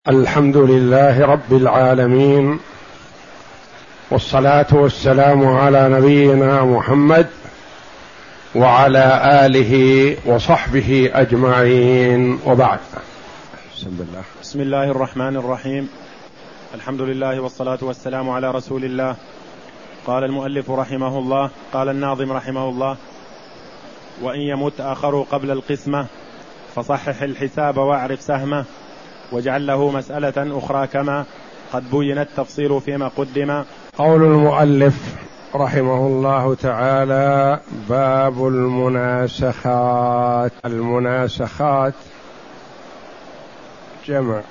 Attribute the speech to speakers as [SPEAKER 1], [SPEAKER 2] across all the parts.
[SPEAKER 1] الحمد لله رب العالمين، والصلاة والسلام على نبينا محمد وعلى آله وصحبه أجمعين، وبعد.
[SPEAKER 2] بسم الله الرحمن الرحيم. الحمد لله والصلاة والسلام على رسول الله. قال المؤلف رحمه الله، قال الناظم رحمه الله: وإن يمت آخر قبل القسمة فصحح الحساب واعرف سهمه، واجعل له مسألة أخرى كما قد بين التفصيل فيما قدم.
[SPEAKER 1] قول المؤلف رحمه الله تعالى: باب المناسخات. المناسخات جمع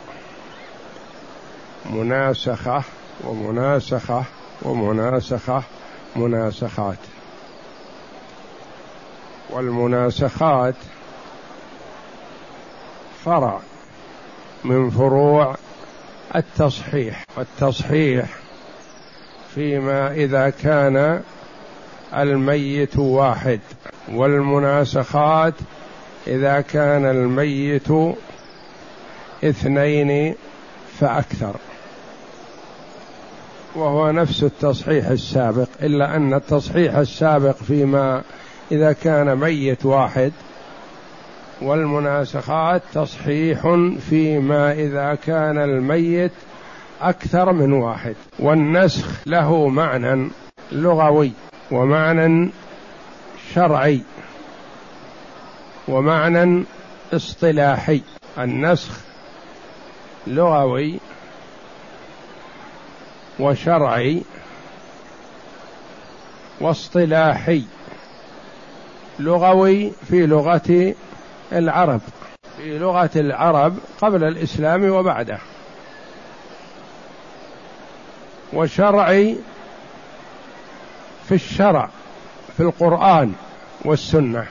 [SPEAKER 1] مناسخة ومناسخة ومناسخة مناسخات. والمناسخات فرع من فروع التصحيح، والتصحيح فيما إذا كان الميت واحد، والمناسخات إذا كان الميت اثنين فأكثر، وهو نفس التصحيح السابق، إلا أن التصحيح السابق فيما إذا كان ميت واحد، والمناسخات تصحيح فيما إذا كان الميت أكثر من واحد. والنسخ له معنى لغوي ومعنى شرعي ومعنى اصطلاحي. النسخ لغوي وشرعي واصطلاحي. لغوي في لغة العرب، في لغة العرب قبل الإسلام وبعده، وشرعي في الشرع في القرآن والسنة،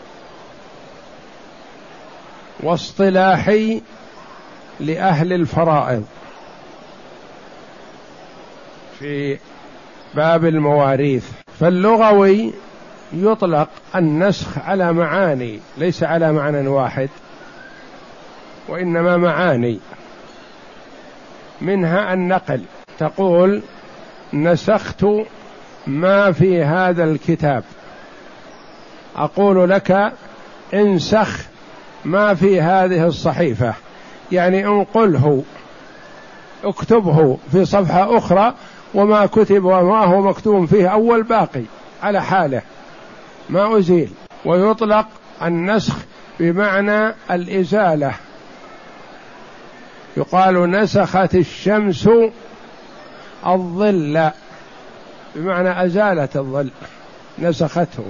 [SPEAKER 1] واصطلاحي لأهل الفرائض في باب المواريث. فاللغوي يطلق النسخ على معاني، ليس على معنى واحد، وإنما معاني، منها النقل. تقول: نسخت ما في هذا الكتاب. أقول لك: انسخ ما في هذه الصحيفة، يعني انقله، اكتبه في صفحة أخرى، وما كتب وما هو مكتوب فيه أول باقي على حاله ما أزيل. ويطلق النسخ بمعنى الإزالة، يقال: نسخت الشمس الظل، بمعنى أزالت الظل، نسخته.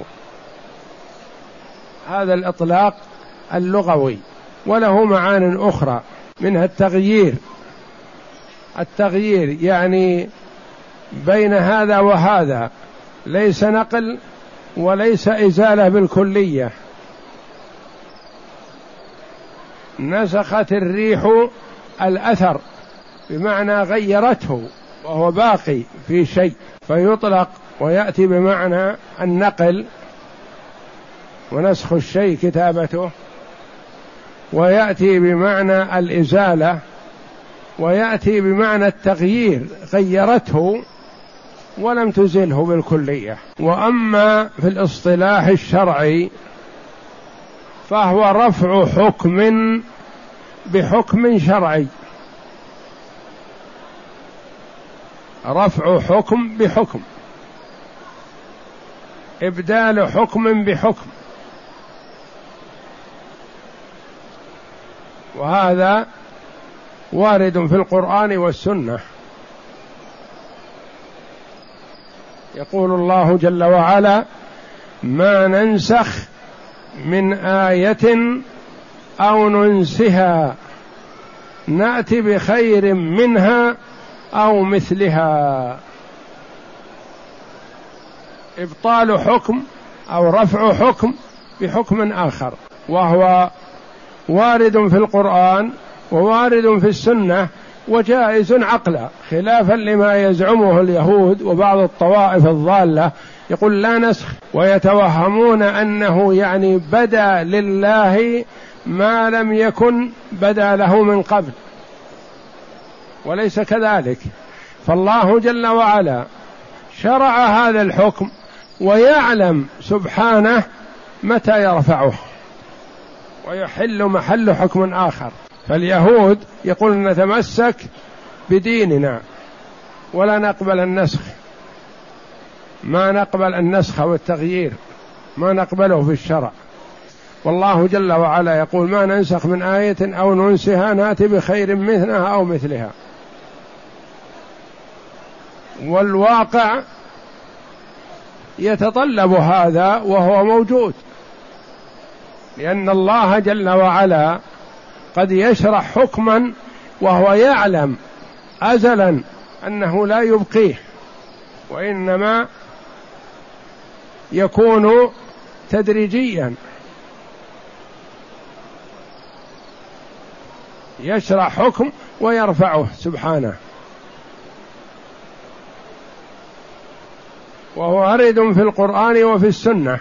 [SPEAKER 1] هذا الإطلاق اللغوي. وله معان أخرى، منها التغيير. التغيير يعني بين هذا وهذا، ليس نقل وليس إزالة بالكلية. نسخت الريح الأثر، بمعنى غيرته وهو باقي في شيء، فيطلق ويأتي بمعنى النقل ونسخ الشيء كتابته، ويأتي بمعنى الإزالة، ويأتي بمعنى التغيير، غيرته ولم تزله بالكلية. وأما في الاصطلاح الشرعي فهو رفع حكم بحكم شرعي، رفع حكم بحكم، إبدال حكم بحكم. وهذا وارد في القرآن والسنة. يقول الله جل وعلا: ما ننسخ من آية أو ننسها نأتي بخير منها أو مثلها. إبطال حكم أو رفع حكم بحكم آخر، وهو وارد في القرآن ووارد في السنة وجائز عقلا، خلافا لما يزعمه اليهود وبعض الطوائف الضالة، يقول لا نسخ، ويتوهمون أنه يعني بدا لله ما لم يكن بدا له من قبل، وليس كذلك. فالله جل وعلا شرع هذا الحكم ويعلم سبحانه متى يرفعه ويحل محل حكم آخر. فاليهود يقول نتمسك بديننا ولا نقبل النسخ، ما نقبل النسخ والتغيير، ما نقبله في الشرع. والله جل وعلا يقول ما ننسخ من آية أو ننسها نأتي بخير مثلها أو مثلها. والواقع يتطلب هذا وهو موجود، لأن الله جل وعلا قد يشرع حكما وهو يعلم أزلا أنه لا يبقيه، وإنما يكون تدريجيا. يشرع حكم ويرفعه سبحانه، وهو وارد في القرآن وفي السنة.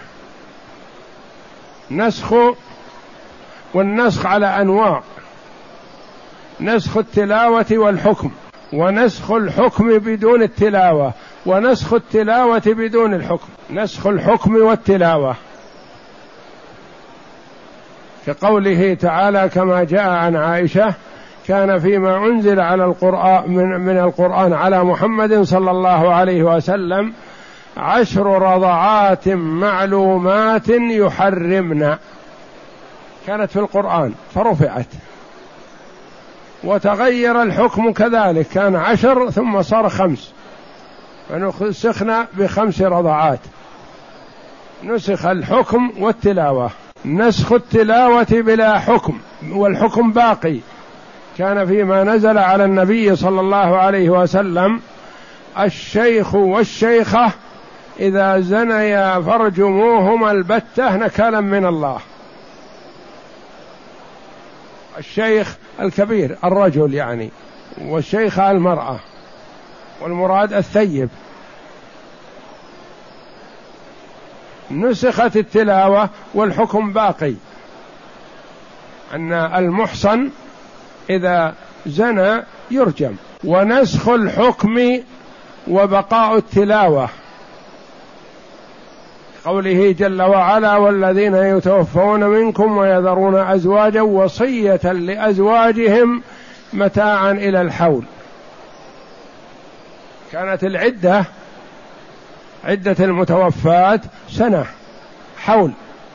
[SPEAKER 1] نسخ، والنسخ على أنواع: نسخ التلاوة والحكم، ونسخ الحكم بدون التلاوة، ونسخ التلاوة بدون الحكم. نسخ الحكم والتلاوة كقوله تعالى كما جاء عن عائشة: كان فيما أنزل على القرآن من القرآن على محمد صلى الله عليه وسلم 10 رضعات معلومات يحرمن. كانت في القرآن فرفعت، وتغير الحكم كذلك، كان 10 ثم صار 5، فنسخنا ب5 رضعات. نسخ الحكم والتلاوة. نسخ التلاوة بلا حكم والحكم باقي. كان فيما نزل على النبي صلى الله عليه وسلم: الشيخ والشيخة إذا زنيا فارجموهما البتة نكالا من الله. الشيخ الكبير الرجل يعني، والشيخة المرأة، والمراد الثيب. نسخت التلاوة والحكم باقي، أن المحصن إذا زنى يرجم. ونسخ الحكم وبقاء التلاوة، قوله جل وعلا: والذين يتوفون منكم ويذرون أزواجا وصية لأزواجهم متاعا إلى الحول. كانت العدة، عدة المتوفات 1 سنة حول،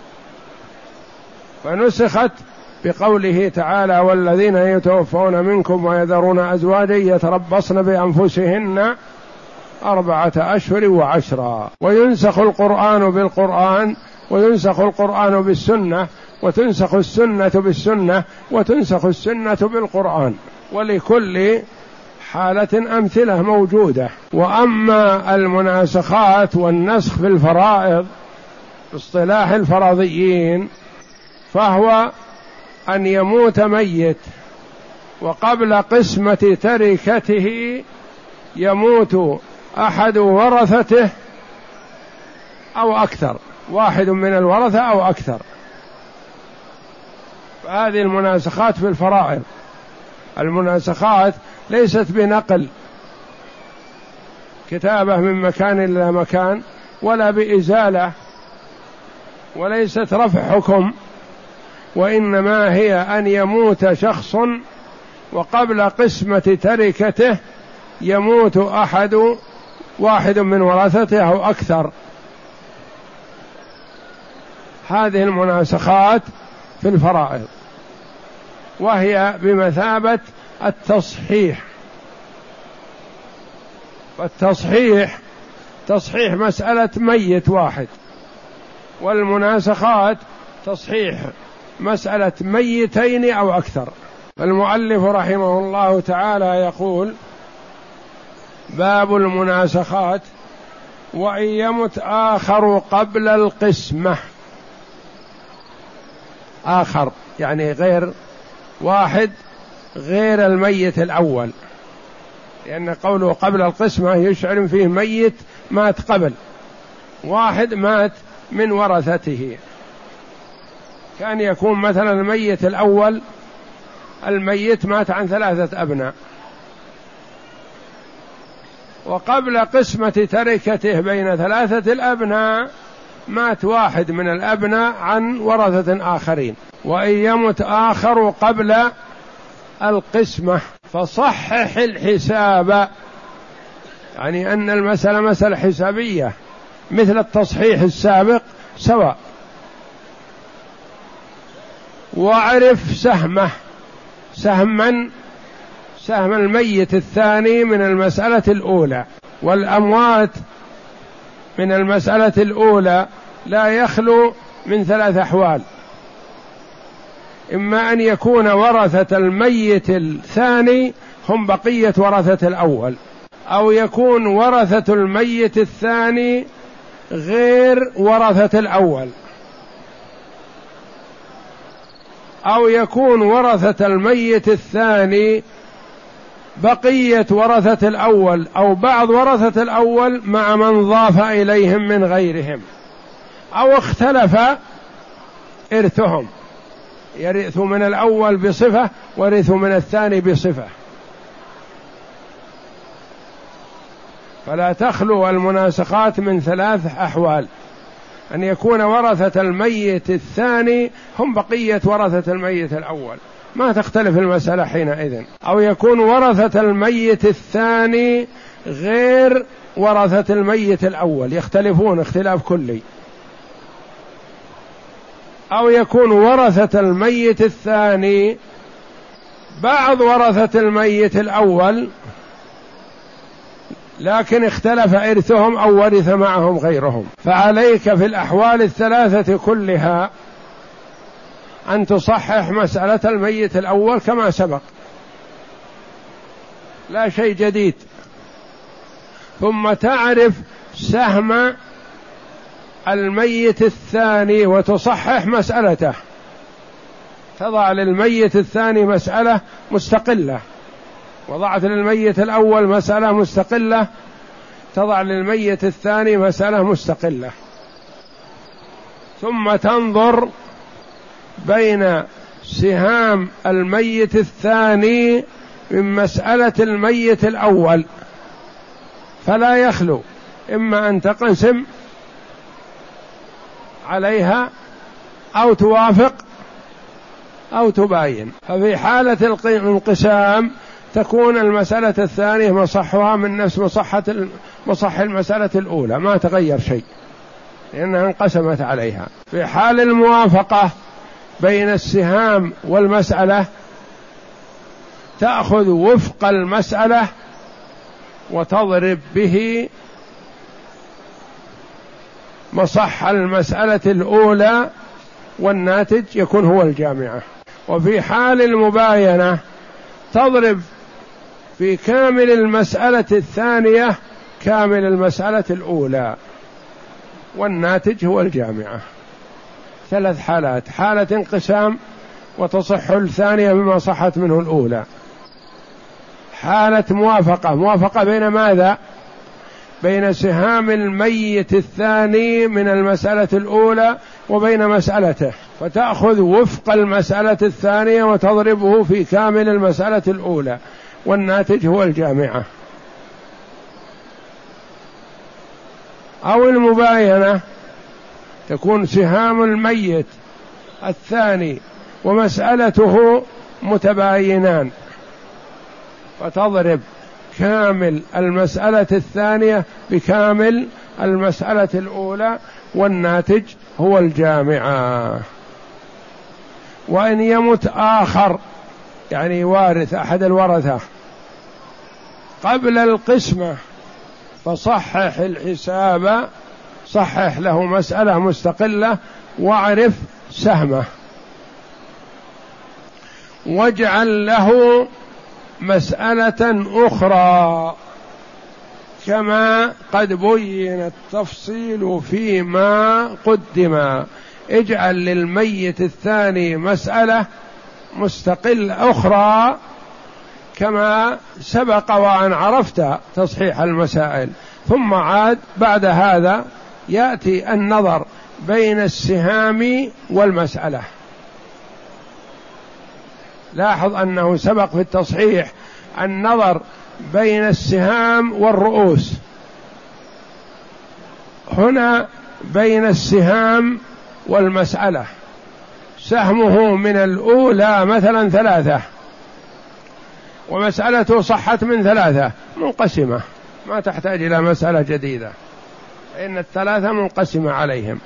[SPEAKER 1] فنسخت بقوله تعالى: والذين يتوفون منكم ويذرون أزواجا يتربصن بأنفسهن 4 أشهر و10. وينسخ القرآن بالقرآن، وينسخ القرآن بالسنة، وتنسخ السنة بالسنة، وتنسخ السنة بالقرآن. ولكل حالة أمثلة موجودة. وأما المناسخات والنسخ في الفرائض باصطلاح الفرضيين، فهو أن يموت ميت وقبل قسمة تركته يموت أحد ورثته أو أكثر، واحد من الورثة أو أكثر. فهذه المناسخات في الفرائض. المناسخات ليست بنقل كتابة من مكان إلى مكان، ولا بإزالة، وليست رفع حكم، وإنما هي أن يموت شخص وقبل قسمة تركته يموت واحد من ورثته أو أكثر. هذه المناسخات في الفرائض، وهي بمثابة التصحيح. فالتصحيح تصحيح مسألة ميت واحد، والمناسخات تصحيح مسألة ميتين أو أكثر. المؤلف رحمه الله تعالى يقول: باب المناسخات: وإن يمت آخر قبل القسمة. آخر يعني غير واحد، غير الميت الأول، لأن قوله قبل القسمة يشعر فيه ميت مات قبل، واحد مات من ورثته. كان يكون مثلا الميت الأول الميت مات عن 3 أبناء، وقبل قسمة تركته بين 3 الأبناء مات واحد من الأبناء عن ورثة آخرين، وإن يمت آخر قبل القسمة فصحح الحساب، يعني أن المسألة مسألة حسابية مثل التصحيح السابق سواء. واعرف سهمه، سهم الميت الثاني من المسألة الأولى، والأموات من المسألة الأولى لا يخلو من 3 أحوال: إما أن يكون ورثة الميت الثاني هم بقية ورثة الأول، أو يكون ورثة الميت الثاني غير ورثة الأول، أو يكون ورثة الميت الثاني بقية ورثة الأول أو بعض ورثة الأول مع من ضاف إليهم من غيرهم، أو اختلف إرثهم، يرث من الأول بصفة ورث من الثاني بصفة. فلا تخلو المناسخات من 3 أحوال: أن يكون ورثة الميت الثاني هم بقية ورثة الميت الأول، ما تختلف المسألة حينئذ، أو يكون ورثة الميت الثاني غير ورثة الميت الأول، يختلفون اختلاف كلي، أو يكون ورثة الميت الثاني بعض ورثة الميت الأول لكن اختلف إرثهم أو ورث معهم غيرهم. فعليك في الأحوال ال3 كلها أن تصحح مسألة الميت الأول كما سبق، لا شيء جديد. ثم تعرف سهم الميت الثاني وتصحح مسألته، تضع للميت الثاني مسألة مستقلة، وضعت للميت الأول مسألة مستقلة، تضع للميت الثاني مسألة مستقلة. ثم تنظر بين سهام الميت الثاني من مسألة الميت الأول، فلا يخلو إما أن تقسم عليها أو توافق أو تباين. ففي حالة الانقسام تكون المسألة الثانية مصحها من نفس مصح المسألة الأولى، ما تغير شيء لأنها انقسمت عليها. في حال الموافقة بين السهام والمسألة تأخذ وفق المسألة وتضرب به مصح المسألة الأولى، والناتج يكون هو الجامعة. وفي حال المباينة تضرب في كامل المسألة الثانية كامل المسألة الأولى، والناتج هو الجامعة. 3 حالات: حالة انقسام وتصح الثانية بما صحت منه الأولى، حالة موافقة بين ماذا؟ بين سهام الميت الثاني من المسألة الأولى وبين مسألته، فتأخذ وفق المسألة الثانية وتضربه في كامل المسألة الأولى، والناتج هو الجامعة. أو المباينة تكون سهام الميت الثاني ومسألته متباينان، فتضرب كامل المسألة الثانية بكامل المسألة الأولى، والناتج هو الجامعة. وإن يمت آخر يعني وارث أحد الورثة قبل القسمة فصحح الحساب، صحح له مسألة مستقلة واعرف سهمه، واجعل له مسألة أخرى كما قد بين التفصيل فيما قدم. اجعل للميت الثاني مسألة مستقلة أخرى كما سبق وأن عرفت تصحيح المسائل. ثم عاد بعد هذا يأتي النظر بين السهام والمسألة. لاحظ أنه سبق في التصحيح النظر بين السهام والرؤوس. هنا بين السهام والمسألة، سهمه من الأولى مثلا 3 ومسألته صحت من 3، منقسمة، ما تحتاج إلى مسألة جديدة، إن ال3 منقسمة عليهم.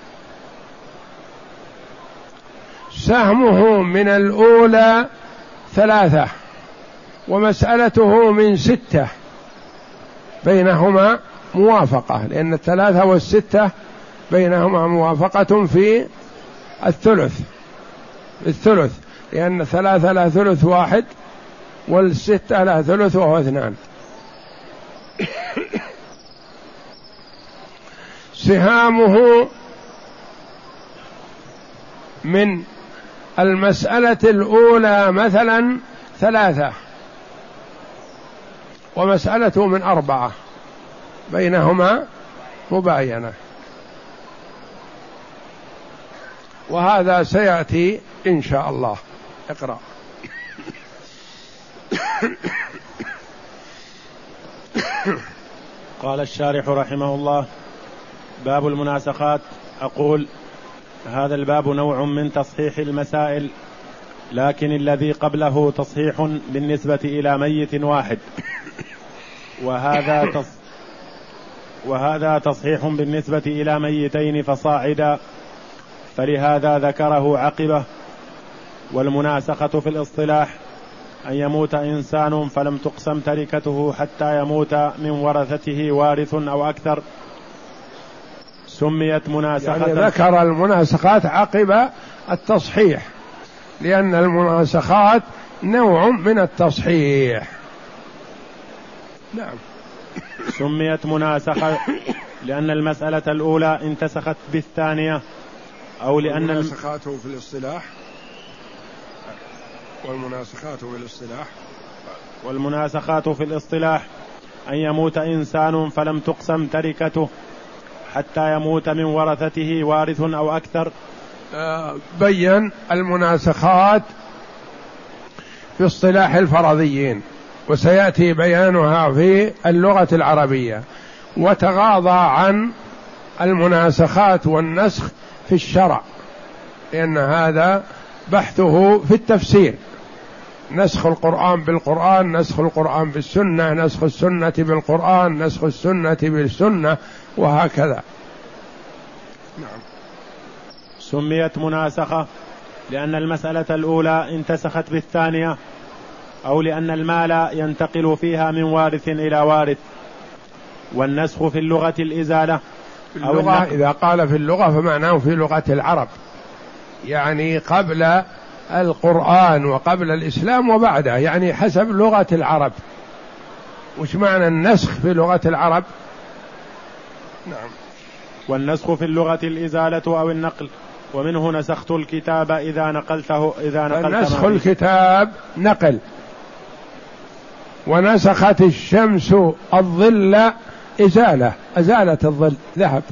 [SPEAKER 1] سهمه من الأولى 3 ومسألته من 6، بينهما موافقة، لأن 3 و6 بينهما موافقة في الثلث، لأن 3 لها ثلث واحد وال6 لها ثلث وهو 2. سهامه من المسألة الأولى مثلا 3 ومسألته من 4، بينهما مباينة، وهذا سيأتي إن شاء الله. اقرأ.
[SPEAKER 2] قال الشارح رحمه الله: باب المناسخات. أقول: هذا الباب نوع من تصحيح المسائل، لكن الذي قبله تصحيح بالنسبة إلى ميت واحد، وهذا تصحيح بالنسبة إلى ميتين فصاعدا، فلهذا ذكره عقبه. والمناسخة في الاصطلاح أن يموت إنسان فلم تقسم تركته حتى يموت من ورثته وارث أو أكثر، سميت مناسخة.
[SPEAKER 1] يعني ذكر المناسخات عقب التصحيح، لأن المناسخات نوع من التصحيح. نعم.
[SPEAKER 2] سميت مناسخة لأن المسألة الأولى انتسخت بالثانية، أو لأن
[SPEAKER 1] المناسخات في الاصطلاح
[SPEAKER 2] والمناسخات في الاصطلاح أن يموت إنسان فلم تقسم تركته حتى يموت من ورثته وارث أو أكثر.
[SPEAKER 1] بين المناسخات في اصطلاح الفرضيين، وسيأتي بيانها في اللغة العربية، وتغاضى عن المناسخات والنسخ في الشرع، لأن هذا بحثه في التفسير، نسخ القرآن بالقرآن، نسخ القرآن بالسنة، نسخ السنة بالقرآن، نسخ السنة بالسنة، وهكذا.
[SPEAKER 2] نعم. سميت مناسخة لأن المسألة الأولى انتسخت بالثانية، أو لأن المال ينتقل فيها من وارث إلى وارث. والنسخ في اللغة الإزالة
[SPEAKER 1] أو اللغة، إذا قال في اللغة فمعناه في لغة العرب، يعني قبل القرآن وقبل الإسلام وبعده، يعني حسب لغة العرب. وش معنى النسخ في لغة العرب؟
[SPEAKER 2] نعم. والنسخ في اللغة الإزالة أو النقل، ومنه نسخت الكتاب إذا نقلت
[SPEAKER 1] نسخ الكتاب نقل. ونسخت الشمس الظل إزالة، أزالت الظل، ذهب.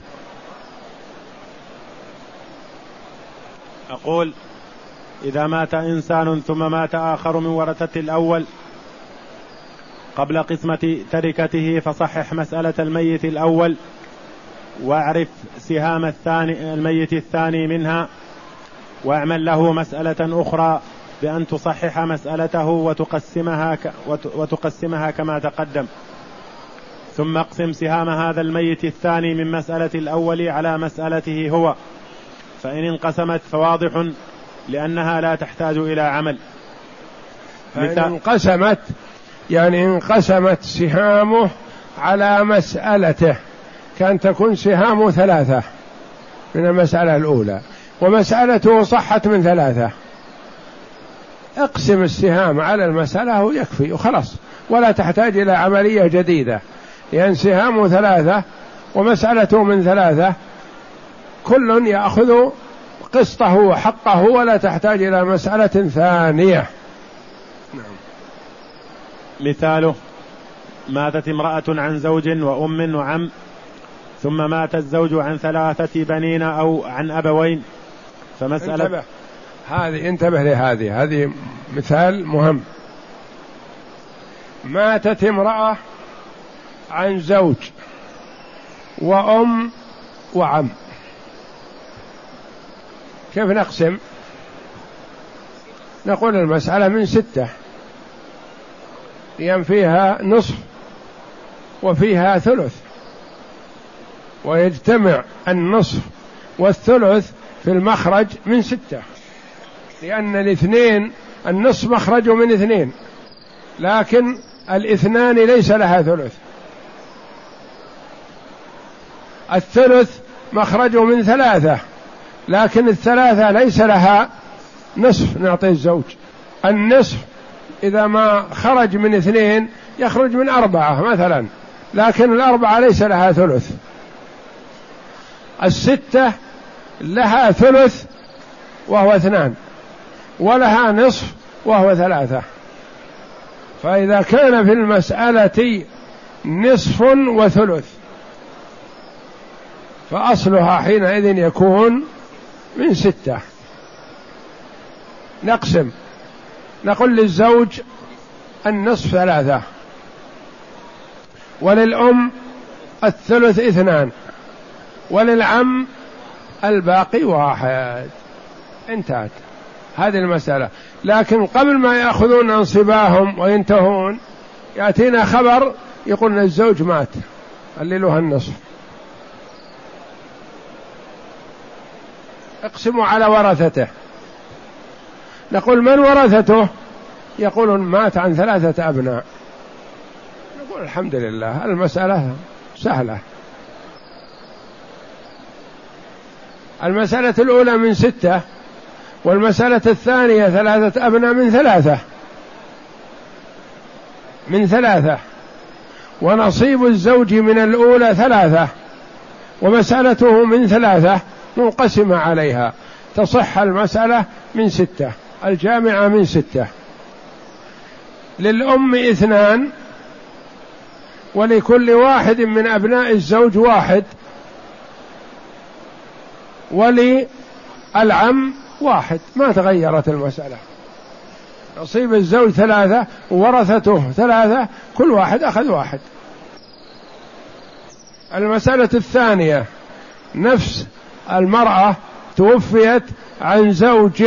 [SPEAKER 2] أقول: إذا مات إنسان ثم مات آخر من ورثة الأول قبل قسمة تركته، فصحح مسألة الميت الأول، واعرف سهام الميت الثاني منها، واعمل له مسألة أخرى بأن تصحح مسألته وتقسمها كما تقدم، ثم اقسم سهام هذا الميت الثاني من مسألة الأول على مسألته هو، فإن انقسمت فواضح لأنها لا تحتاج إلى عمل.
[SPEAKER 1] فإن انقسمت يعني انقسمت سهامه على مسألته، كان تكون سهامه 3 من المسألة الأولى، ومسألته صحت من 3، اقسم السهام على المسألة ويكفي وخلاص، ولا تحتاج إلى عملية جديدة، لأن سهامه 3 ومسألته من 3، كل يأخذ قسطه وحقه، ولا تحتاج إلى مسألة ثانية.
[SPEAKER 2] نعم. مثاله: ماتت امرأة عن زوج وأم وعم، ثم مات الزوج عن 3 بنين أو عن أبوين، فمسألة
[SPEAKER 1] انتبه لهذه مثال مهم. ماتت امرأة عن زوج وأم وعم، كيف نقسم؟ نقول المسألة من 6، لأن فيها نصف وفيها ثلث، ويجتمع النصف والثلث في المخرج من 6، لأن الاثنين النصف مخرجه من 2، لكن الاثنان ليس لها ثلث. الثلث مخرجه من 3، لكن الثلاثة ليس لها نصف نعطي الزوج. النصف إذا ما خرج من 2 يخرج من 4 مثلا، لكن 4 ليس لها ثلث. 6 لها ثلث وهو 2، ولها نصف وهو 3. فإذا كان في المسألة نصف وثلث فأصلها حينئذ يكون من 6. نقسم، نقول للزوج النصف 3، وللأم الثلث 2، وللعم الباقي 1. انتهت هذه المسألة. لكن قبل ما يأخذون أنصباهم وينتهون يأتينا خبر يقول الزوج مات، قللوها النصف. اقسموا على ورثته. نقول من ورثته؟ يقولون مات عن 3 أبناء. نقول الحمد لله المسألة سهلة. المسألة الأولى من 6، والمسألة الثانية 3 أبناء من 3، ونصيب الزوج من الأولى 3، ومسألته من 3 منقسمة عليها، تصح المسألة من 6، الجامعة من 6. للأم 2، ولكل واحد من أبناء الزوج 1، وللعم 1. ما تغيرت المسألة. نصيب الزوج 3 وورثته 3، كل واحد أخذ 1. المسألة الثانية نفس المرأة توفيت عن زوج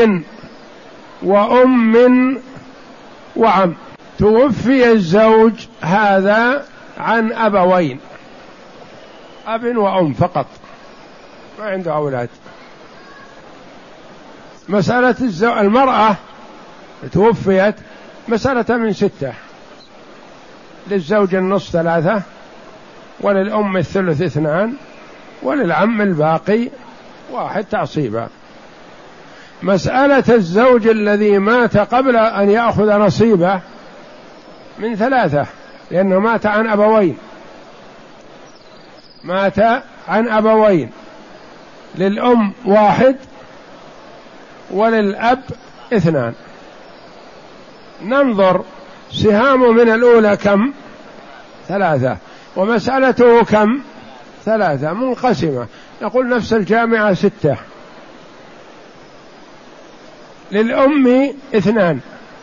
[SPEAKER 1] وأم وعم. توفي الزوج هذا عن أبوين، أب وأم فقط، ما عنده أولاد. مسألة المرأة توفيت مسألة من 6، للزوج النصف 3، وللأم الثلث 2، وللعم الباقي 1 تعصيبا. مسألة الزوج الذي مات قبل أن يأخذ نصيبه من 3، لأنه مات عن أبوين، للأم 1 وللأب 2. ننظر سهامه من الأولى كم؟ 3، ومسألته كم؟ 3 منقسمة. نقول نفس الجامعة 6. للأم 2،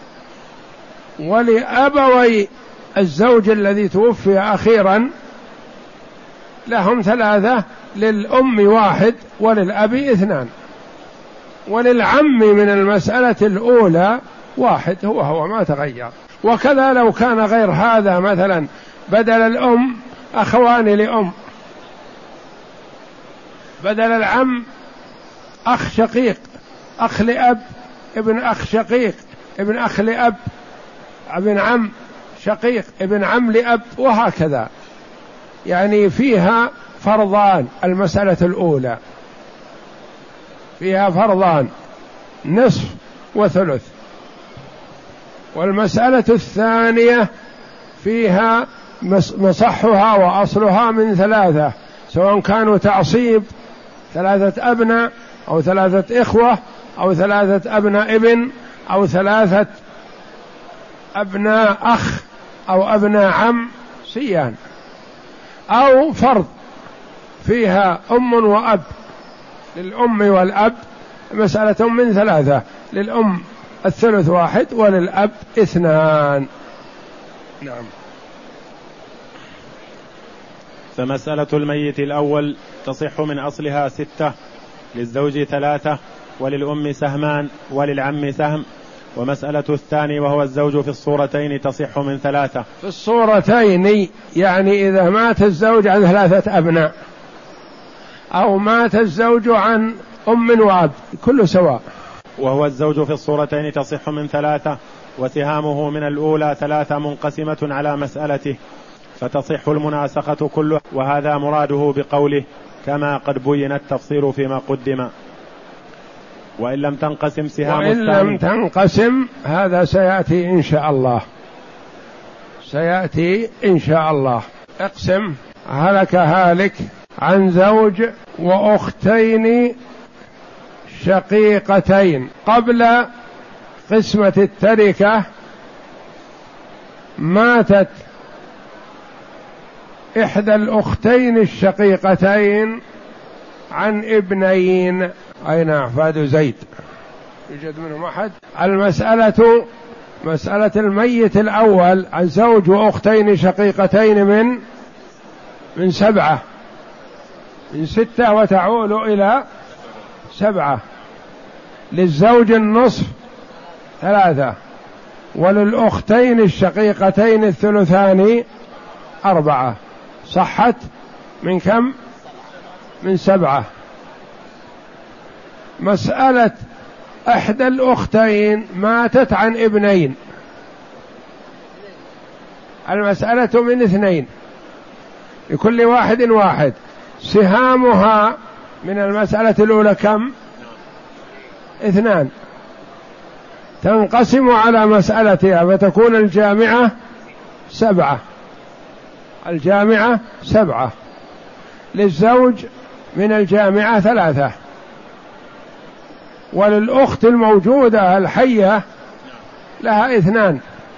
[SPEAKER 1] ولأبوي الزوج الذي توفي أخيرا لهم 3، للأم 1 وللأب 2، وللعم من المسألة الأولى 1 هو ما تغير. وكذا لو كان غير هذا، مثلا بدل الأم أخوان لأم، بدل العم أخ شقيق، أخ لأب، ابن أخ شقيق، ابن أخ لأب، ابن عم شقيق، ابن عم لأب، وهكذا. يعني فيها فرضان. المسألة الأولى فيها فرضان، نصف وثلث. والمسألة الثانية فيها مصحها وأصلها من 3، سواء كانوا تعصيب 3 أبناء أو 3 إخوة أو 3 أبناء ابن أو 3 أبناء أخ أو أبناء عم سيان، أو فرض فيها أم وأب، للأم والأب مسألة من 3، للأم الثلث 1 وللأب 2. نعم.
[SPEAKER 2] فمسألة الميت الأول تصح من أصلها 6، للزوج 3، وللأم سهمان، وللعم سهم. ومسألة الثاني وهو الزوج في الصورتين تصح من 3.
[SPEAKER 1] في الصورتين يعني إذا مات الزوج عن 3 أبناء أو مات الزوج عن أم وأب كله سواء.
[SPEAKER 2] وهو الزوج في الصورتين تصح من 3، وسهامه من الأولى 3 منقسمة على مسألته، فتصح المناسخة كلها، وهذا مراده بقوله كما قد بين التفصيل فيما قدم. وإن لم تنقسم سهام
[SPEAKER 1] وإن لم تنقسم هذا سيأتي إن شاء الله، سيأتي إن شاء الله. اقسم. هلك هالك عن زوج وأختين شقيقتين. قبل قسمة التركة ماتت إحدى الأختين الشقيقتين عن ابنين. أين أحفاد زيد؟ يوجد منهم أحد؟ المسألة مسألة الميت الأول عن زوج وأختين شقيقتين من 7، من 6 وتعول إلى 7. للزوج النصف 3، وللأختين الشقيقتين الثلثان 4. صحت من كم؟ من 7. مسألة إحدى الأختين ماتت عن ابنين، المسألة من 2، لكل واحد 1. سهامها من المسألة الأولى كم؟ 2، تنقسم على مسألتها فتكون الجامعة 7. الجامعة 7. للزوج من الجامعة 3، وللأخت الموجودة الحية لها 2،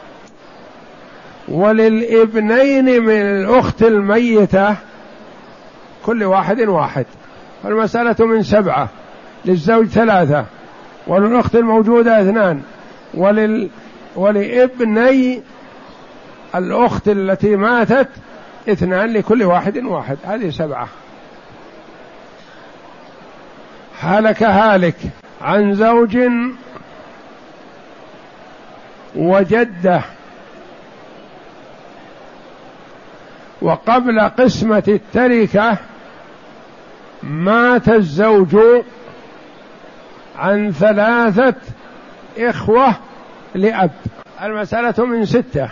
[SPEAKER 1] وللابنين من الأخت الميتة كل واحد 1. فالمسألة من 7، للزوج 3، وللأخت الموجودة 2، ولابني الأخت التي ماتت 2، لكل واحد 1. هذه 7. هلك هالك عن زوج وجدة، وقبل قسمة التركة مات الزوج عن 3 إخوة لأب. المسألة من 6،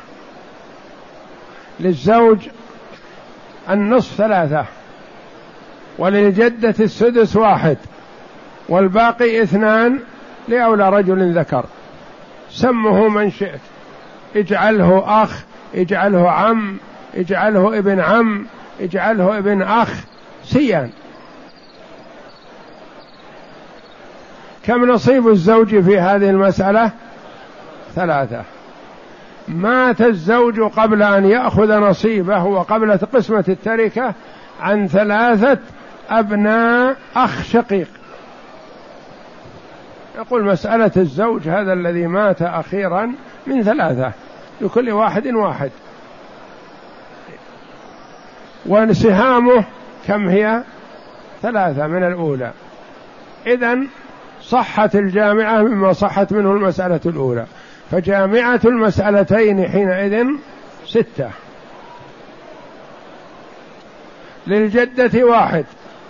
[SPEAKER 1] للزوج النصف 3، وللجدة السدس 1، والباقي 2 لأولى رجل ذكر. سمه من شئت، اجعله أخ، اجعله عم، اجعله ابن عم، اجعله ابن أخ، سيان. كم نصيب الزوج في هذه المسألة؟ 3. مات الزوج قبل أن يأخذ نصيبه وقبل قسمة التركة عن 3 أبناء أخ شقيق. يقول مسألة الزوج هذا الذي مات أخيرا من 3، لكل واحد 1. وسهامه كم هي؟ 3 من الأولى. إذن صحت الجامعة مما صحت منه المسألة الأولى، فجامعة المسألتين حينئذ 6. للجدة 1،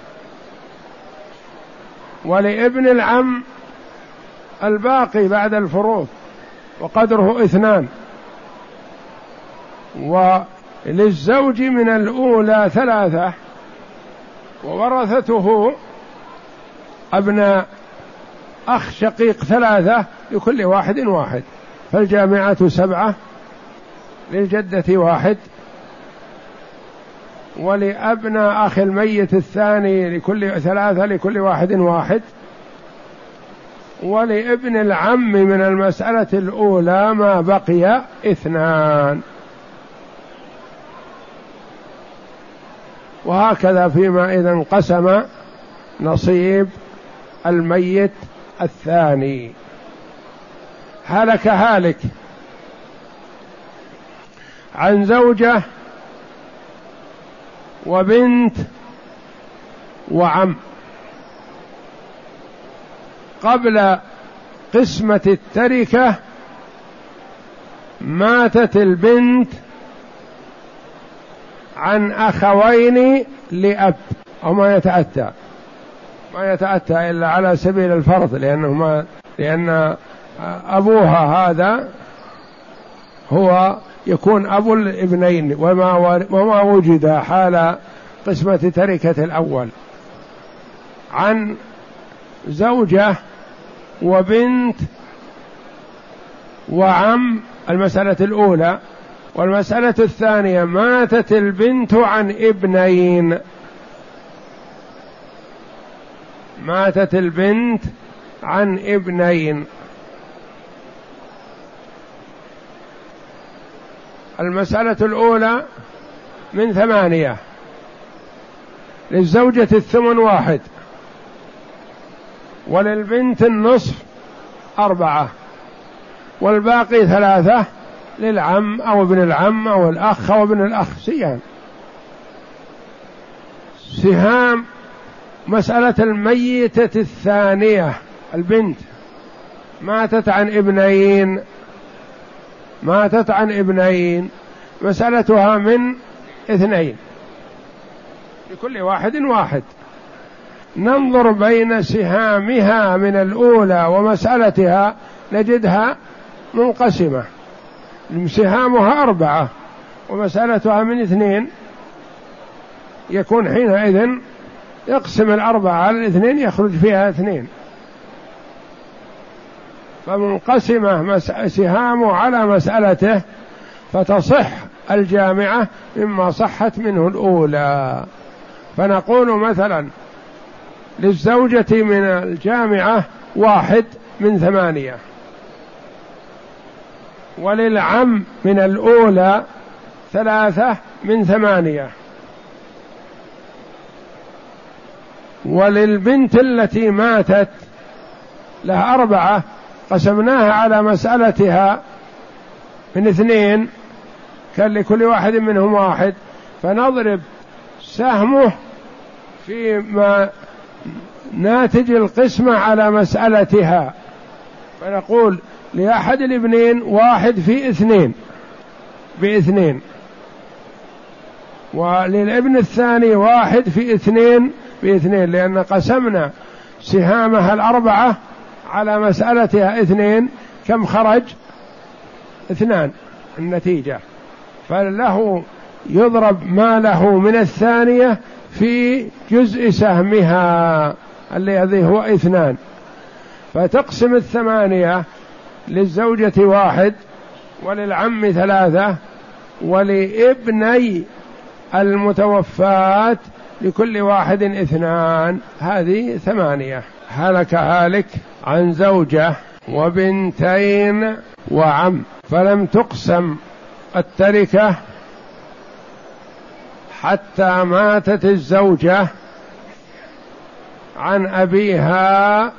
[SPEAKER 1] ولابن العم الباقي بعد الفروض وقدره 2، وللزوج من الأولى 3، وورثته أبناء أخ شقيق 3، لكل واحد 1. فالجامعة 7، للجدة 1، ولأبناء أخي الميت الثاني لكل 3، لكل واحد 1، ولابن العم من المسألة الأولى ما بقي 2. وهكذا فيما إذا انقسم نصيب الميت الثاني. هلك هالك عن زوجة وبنت وعم. قبل قسمة التركة ماتت البنت عن أخوين لأب، أو ما يتأتى إلا على سبيل الفرض، لأن أبوها هذا هو يكون أبو الابنين وما وجد حال قسمة تركة الأول. عن زوجة وبنت وعم المسألة الأولى. والمسألة الثانية ماتت البنت عن ابنين، ماتت البنت عن ابنين. المسألة الأولى من 8، للزوجة 8، وللبنت النصف 4، والباقي 3 للعم أو ابن العم أو الأخ أو ابن الأخ. سهام مسألة الميتة الثانية، البنت ماتت عن ابنين، مسألتها من 2، لكل واحد 1. ننظر بين سهامها من الأولى ومسألتها نجدها منقسمة، سهامها 4 ومسألتها من 2، يكون حينئذ يقسم 4 على 2 يخرج فيها 2، فمنقسمة سهامه على مسألته، فتصح الجامعة مما صحت منه الأولى. فنقول مثلا للزوجة من الجامعة 1 من 8، وللعم من الأولى 3 من 8، وللبنت التي ماتت لها 4 قسمناها على مسألتها من 2، كان لكل واحد منهم 1، فنضرب سهمه فيما ناتج القسمة على مسألتها، فنقول لأحد الابنين 1 في 2 ب2، وللابن الثاني 1 في 2 ب2، لأن قسمنا سهامها 4 على مسألتها 2، كم خرج؟ 2 النتيجة، فله يضرب ما له من الثانية في جزء سهمها الذي هو 2، فتقسم 8 للزوجة 1 وللعم 3 ولابني المتوفات لكل واحد 2، هذه 8. هلك هالك عن زوجة وبنتين وعم، فلم تقسم التركة حتى ماتت الزوجة عن أبيها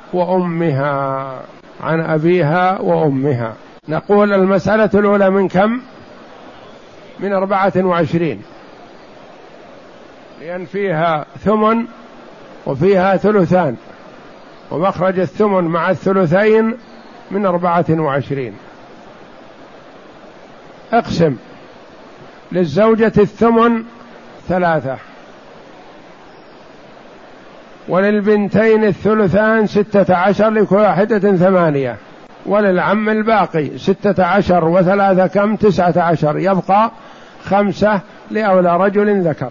[SPEAKER 1] وأمها. نقول المسألة الأولى من كم؟ من 24، لأن فيها 8 وفيها 2، ومخرج 8 مع 2 من 24. اقسم للزوجة 8 3، وللبنتين 2 16 لكل واحدة 8، وللعم الباقي 16 و3 كم؟ 19، يبقى 5 لأولى رجل ذكر.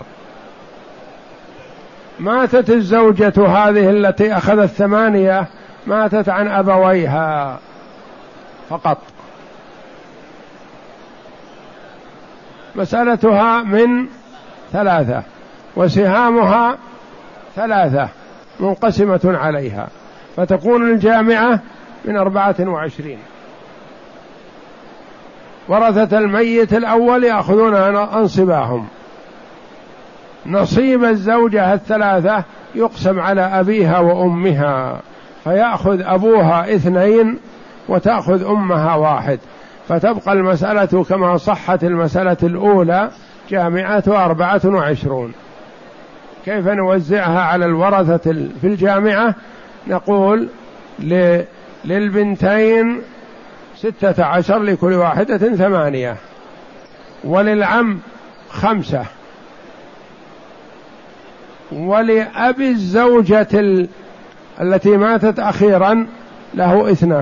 [SPEAKER 1] ماتت الزوجة هذه التي أخذت 8 ماتت عن أبويها فقط، مسألتها من 3 وسهامها 3 منقسمة عليها، فتكون الجامعة من 24. ورثة الميت الأول يأخذون أنصباهم، نصيب الزوجة 3 يقسم على أبيها وأمها، فيأخذ أبوها 2 وتأخذ أمها 1، فتبقى المسألة كما صحت المسألة الأولى جامعة 24. كيف نوزعها على الورثة في الجامعة؟ نقول للبنتين 16 لكل واحدة 8، وللعم 5، ولأبي الزوجة التي ماتت أخيرا له 2،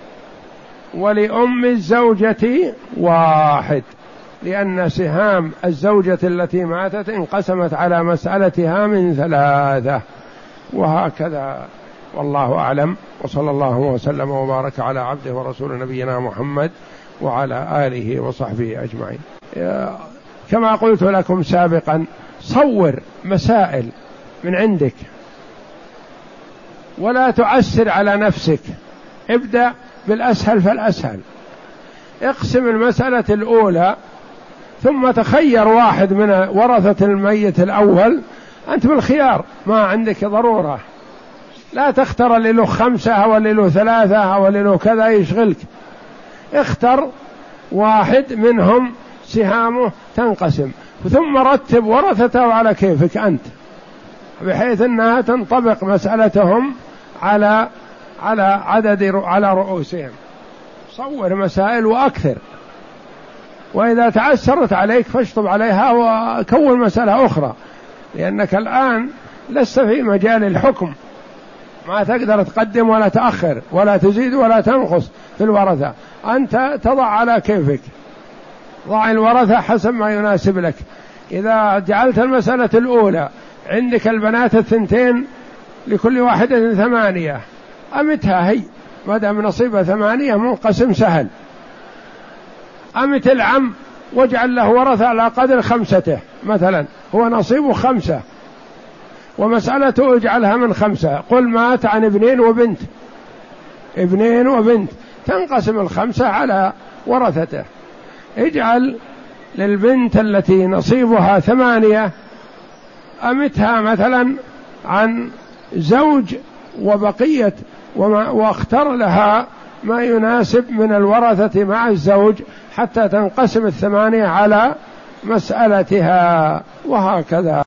[SPEAKER 1] ولأم الزوجة 1، لأن سهام الزوجة التي ماتت انقسمت على مسألتها من 3، وهكذا. والله أعلم، وصلى الله وسلم وبارك على عبده ورسول نبينا محمد وعلى آله وصحبه أجمعين. كما قلت لكم سابقا، صور مسائل من عندك ولا تعسر على نفسك، ابدأ بالأسهل فالأسهل. اقسم المسألة الأولى ثم تخير واحد من ورثة الميت الأول، أنت بالخيار، ما عندك ضرورة، لا تختار اللي له 5 أو اللي له 3 أو اللي له كذا يشغلك، اختر واحد منهم سهامه تنقسم، ثم رتب ورثته على كيفك أنت، بحيث أنها تنطبق مسألتهم على على رؤوسهم. صور مسائل وأكثر، وإذا تعسرت عليك فاشطب عليها وكون مسألة أخرى، لأنك الآن لست في مجال الحكم، ما تقدر تقدم ولا تأخر ولا تزيد ولا تنقص في الورثة، أنت تضع على كيفك، ضع الورثة حسب ما يناسب لك. إذا جعلت المسألة الأولى عندك البنات 2 لكل واحدة 8، أمتها هي ما دام نصيبها 8 منقسم سهل. أمت العم واجعل له ورثة على قدر 5 مثلا، هو نصيبه 5 ومسألته اجعلها من 5، قل مات عن 2 وبنت، 2 وبنت، تنقسم 5 على ورثته. اجعل للبنت التي نصيبها 8 أمتها مثلا عن زوج وبقية، واختر لها ما يناسب من الورثة مع الزوج حتى تنقسم 8 على مسألتها، وهكذا.